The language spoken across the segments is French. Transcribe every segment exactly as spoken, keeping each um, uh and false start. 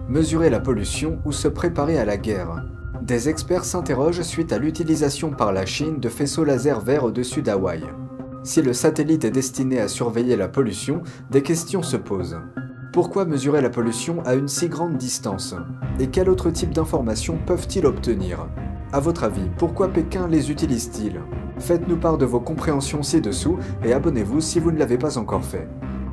Mesurer la pollution ou se préparer à la guerre. Des experts s'interrogent suite à l'utilisation par la Chine de faisceaux laser verts au-dessus d'Hawaï. Si le satellite est destiné à surveiller la pollution, des questions se posent. Pourquoi mesurer la pollution à une si grande distance? Et quel autre type d'informations peuvent-ils obtenir? À votre avis, pourquoi Pékin les utilise-t-il? Faites-nous part de vos compréhensions ci-dessous et abonnez-vous si vous ne l'avez pas encore fait.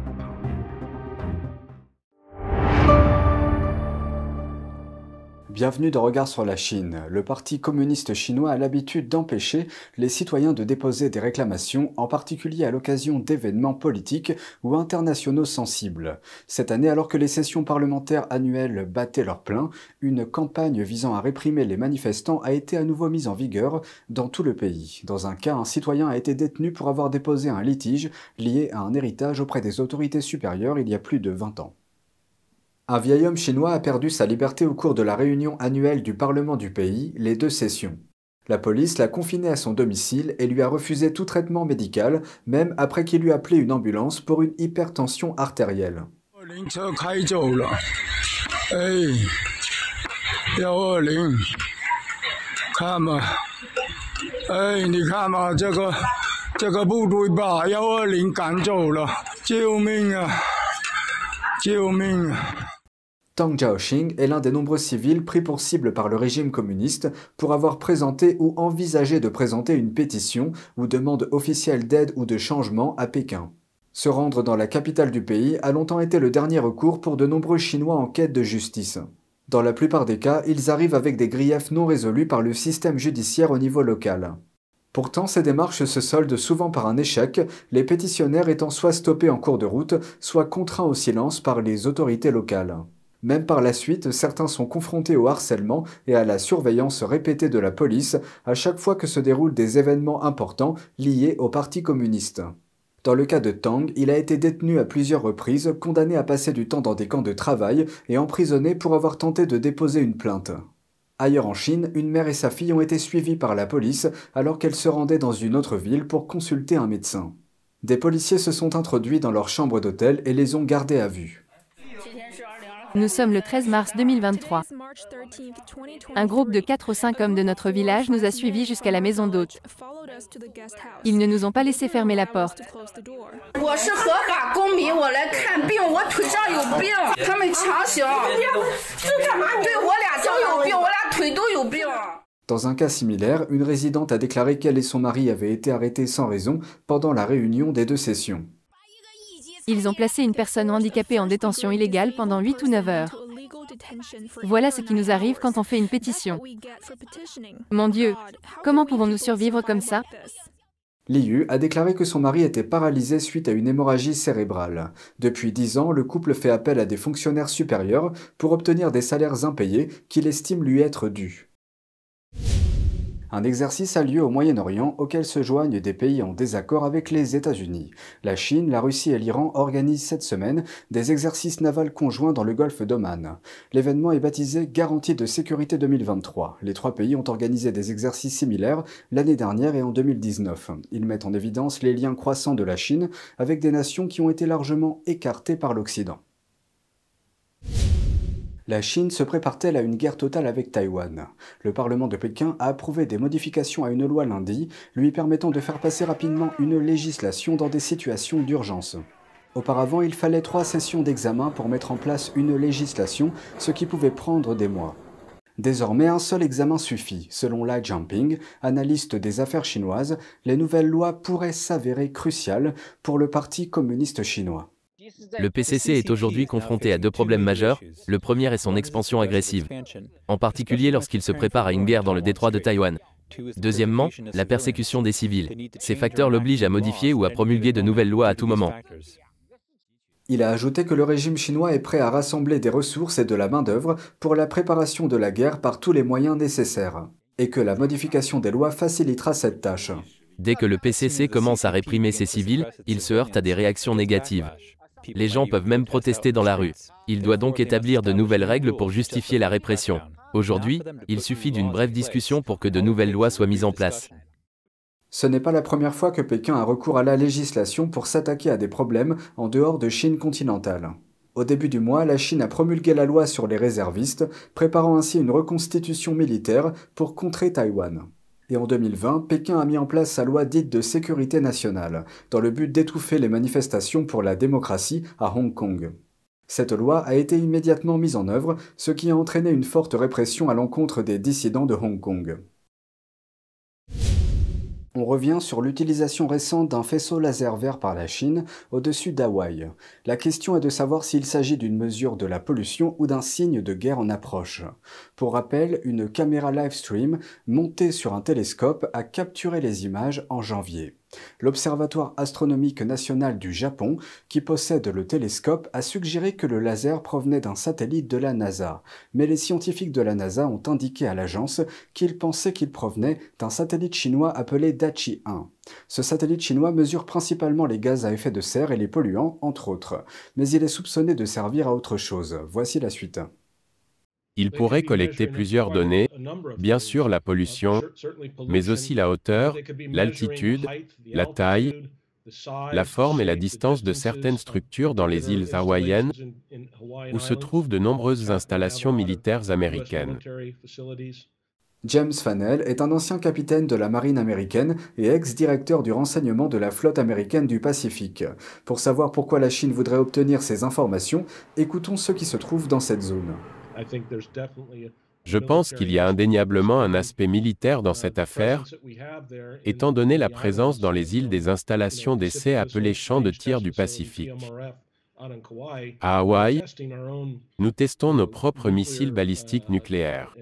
Bienvenue dans Regard sur la Chine. Le Parti communiste chinois a l'habitude d'empêcher les citoyens de déposer des réclamations, en particulier à l'occasion d'événements politiques ou internationaux sensibles. Cette année, alors que les sessions parlementaires annuelles battaient leur plein, une campagne visant à réprimer les manifestants a été à nouveau mise en vigueur dans tout le pays. Dans un cas, un citoyen a été détenu pour avoir déposé un litige lié à un héritage auprès des autorités supérieures il y a plus de vingt ans. Un vieil homme chinois a perdu sa liberté au cours de la réunion annuelle du Parlement du pays, les deux sessions. La police l'a confiné à son domicile et lui a refusé tout traitement médical, même après qu'il eut appelé une ambulance pour une hypertension artérielle. Tang Jiaoxing est l'un des nombreux civils pris pour cible par le régime communiste pour avoir présenté ou envisagé de présenter une pétition ou demande officielle d'aide ou de changement à Pékin. Se rendre dans la capitale du pays a longtemps été le dernier recours pour de nombreux Chinois en quête de justice. Dans la plupart des cas, ils arrivent avec des griefs non résolus par le système judiciaire au niveau local. Pourtant, ces démarches se soldent souvent par un échec, les pétitionnaires étant soit stoppés en cours de route, soit contraints au silence par les autorités locales. Même par la suite, certains sont confrontés au harcèlement et à la surveillance répétée de la police à chaque fois que se déroulent des événements importants liés au Parti communiste. Dans le cas de Tang, il a été détenu à plusieurs reprises, condamné à passer du temps dans des camps de travail et emprisonné pour avoir tenté de déposer une plainte. Ailleurs en Chine, une mère et sa fille ont été suivies par la police alors qu'elles se rendaient dans une autre ville pour consulter un médecin. Des policiers se sont introduits dans leur chambre d'hôtel et les ont gardés à vue. Nous sommes le treize mars deux mille vingt-trois. Un groupe de quatre ou cinq hommes de notre village nous a suivis jusqu'à la maison d'hôte. Ils ne nous ont pas laissé fermer la porte. Dans un cas similaire, une résidente a déclaré qu'elle et son mari avaient été arrêtés sans raison pendant la réunion des deux sessions. Ils ont placé une personne handicapée en détention illégale pendant huit ou neuf heures. Voilà ce qui nous arrive quand on fait une pétition. Mon Dieu, comment pouvons-nous survivre comme ça? Liu a déclaré que son mari était paralysé suite à une hémorragie cérébrale. Depuis dix ans, le couple fait appel à des fonctionnaires supérieurs pour obtenir des salaires impayés qu'il estime lui être dus. Un exercice a lieu au Moyen-Orient auquel se joignent des pays en désaccord avec les États-Unis. La Chine, la Russie et l'Iran organisent cette semaine des exercices navals conjoints dans le golfe d'Oman. L'événement est baptisé Garantie de sécurité deux mille vingt-trois. Les trois pays ont organisé des exercices similaires l'année dernière et en deux mille dix-neuf. Ils mettent en évidence les liens croissants de la Chine avec des nations qui ont été largement écartées par l'Occident. La Chine se prépare-t-elle à une guerre totale avec Taïwan? Le Parlement de Pékin a approuvé des modifications à une loi lundi, lui permettant de faire passer rapidement une législation dans des situations d'urgence. Auparavant, il fallait trois sessions d'examen pour mettre en place une législation, ce qui pouvait prendre des mois. Désormais, un seul examen suffit. Selon Lai Jiangping, analyste des affaires chinoises, les nouvelles lois pourraient s'avérer cruciales pour le Parti communiste chinois. Le P C C est aujourd'hui confronté à deux problèmes majeurs. Le premier est son expansion agressive, en particulier lorsqu'il se prépare à une guerre dans le détroit de Taïwan. Deuxièmement, la persécution des civils. Ces facteurs l'obligent à modifier ou à promulguer de nouvelles lois à tout moment. Il a ajouté que le régime chinois est prêt à rassembler des ressources et de la main-d'œuvre pour la préparation de la guerre par tous les moyens nécessaires, et que la modification des lois facilitera cette tâche. Dès que le P C C commence à réprimer ses civils, il se heurte à des réactions négatives. Les gens peuvent même protester dans la rue. Il doit donc établir de nouvelles règles pour justifier la répression. Aujourd'hui, il suffit d'une brève discussion pour que de nouvelles lois soient mises en place. Ce n'est pas la première fois que Pékin a recours à la législation pour s'attaquer à des problèmes en dehors de Chine continentale. Au début du mois, la Chine a promulgué la loi sur les réservistes, préparant ainsi une reconstitution militaire pour contrer Taïwan. Et en deux mille vingt, Pékin a mis en place sa loi dite de sécurité nationale, dans le but d'étouffer les manifestations pour la démocratie à Hong Kong. Cette loi a été immédiatement mise en œuvre, ce qui a entraîné une forte répression à l'encontre des dissidents de Hong Kong. On revient sur l'utilisation récente d'un faisceau laser vert par la Chine au-dessus d'Hawaï. La question est de savoir s'il s'agit d'une mesure de la pollution ou d'un signe de guerre en approche. Pour rappel, une caméra livestream montée sur un télescope a capturé les images en janvier. L'Observatoire astronomique national du Japon, qui possède le télescope, a suggéré que le laser provenait d'un satellite de la NASA. Mais les scientifiques de la NASA ont indiqué à l'agence qu'ils pensaient qu'il provenait d'un satellite chinois appelé Dachi un. Ce satellite chinois mesure principalement les gaz à effet de serre et les polluants, entre autres. Mais il est soupçonné de servir à autre chose. Voici la suite. Il pourrait collecter plusieurs données, bien sûr la pollution, mais aussi la hauteur, l'altitude, la taille, la forme et la distance de certaines structures dans les îles hawaïennes, où se trouvent de nombreuses installations militaires américaines. James Fanel est un ancien capitaine de la marine américaine et ex-directeur du renseignement de la flotte américaine du Pacifique. Pour savoir pourquoi la Chine voudrait obtenir ces informations, écoutons ce qui se trouve dans cette zone. Je pense qu'il y a indéniablement un aspect militaire dans cette affaire, étant donné la présence dans les îles des installations d'essai appelées champs de tir du Pacifique. À Hawaï, nous testons nos propres missiles balistiques nucléaires.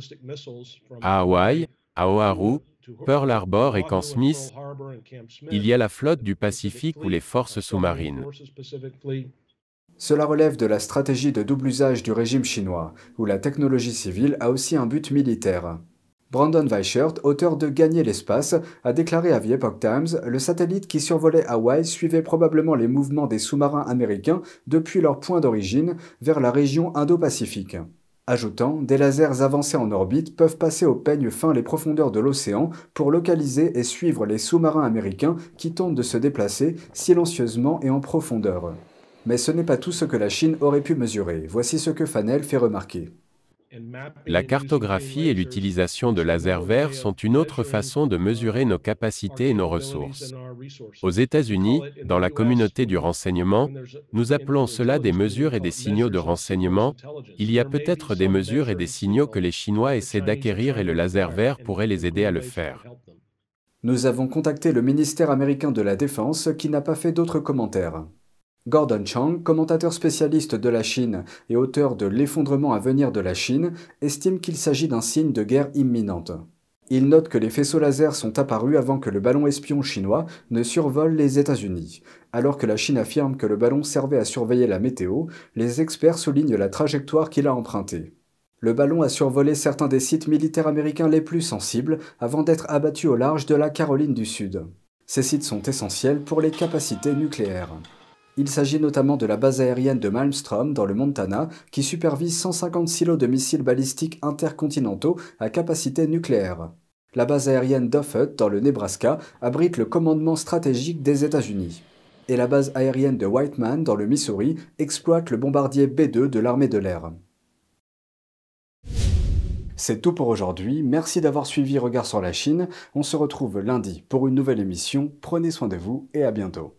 À Hawaï, à Oahu, Pearl Harbor et Camp Smith, il y a la flotte du Pacifique ou les forces sous-marines. Cela relève de la stratégie de double usage du régime chinois, où la technologie civile a aussi un but militaire. Brandon Weichert, auteur de Gagner l'espace, a déclaré à The Epoch Times « Le satellite qui survolait Hawaï suivait probablement les mouvements des sous-marins américains depuis leur point d'origine vers la région Indo-Pacifique ». Ajoutant, des lasers avancés en orbite peuvent passer au peigne fin les profondeurs de l'océan pour localiser et suivre les sous-marins américains qui tentent de se déplacer silencieusement et en profondeur. Mais ce n'est pas tout ce que la Chine aurait pu mesurer. Voici ce que Fanel fait remarquer. La cartographie et l'utilisation de lasers verts sont une autre façon de mesurer nos capacités et nos ressources. Aux États-Unis, dans la communauté du renseignement, nous appelons cela des mesures et des signaux de renseignement. Il y a peut-être des mesures et des signaux que les Chinois essaient d'acquérir et le laser vert pourrait les aider à le faire. Nous avons contacté le ministère américain de la Défense qui n'a pas fait d'autres commentaires. Gordon Chang, commentateur spécialiste de la Chine et auteur de L'effondrement à venir de la Chine, estime qu'il s'agit d'un signe de guerre imminente. Il note que les faisceaux laser sont apparus avant que le ballon espion chinois ne survole les États-Unis. Alors que la Chine affirme que le ballon servait à surveiller la météo, les experts soulignent la trajectoire qu'il a empruntée. Le ballon a survolé certains des sites militaires américains les plus sensibles avant d'être abattu au large de la Caroline du Sud. Ces sites sont essentiels pour les capacités nucléaires. Il s'agit notamment de la base aérienne de Malmstrom dans le Montana qui supervise cent cinquante silos de missiles balistiques intercontinentaux à capacité nucléaire. La base aérienne d'Offutt dans le Nebraska abrite le commandement stratégique des États-Unis. Et la base aérienne de Whiteman dans le Missouri exploite le bombardier B deux de l'armée de l'air. C'est tout pour aujourd'hui, merci d'avoir suivi Regard sur la Chine. On se retrouve lundi pour une nouvelle émission, prenez soin de vous et à bientôt.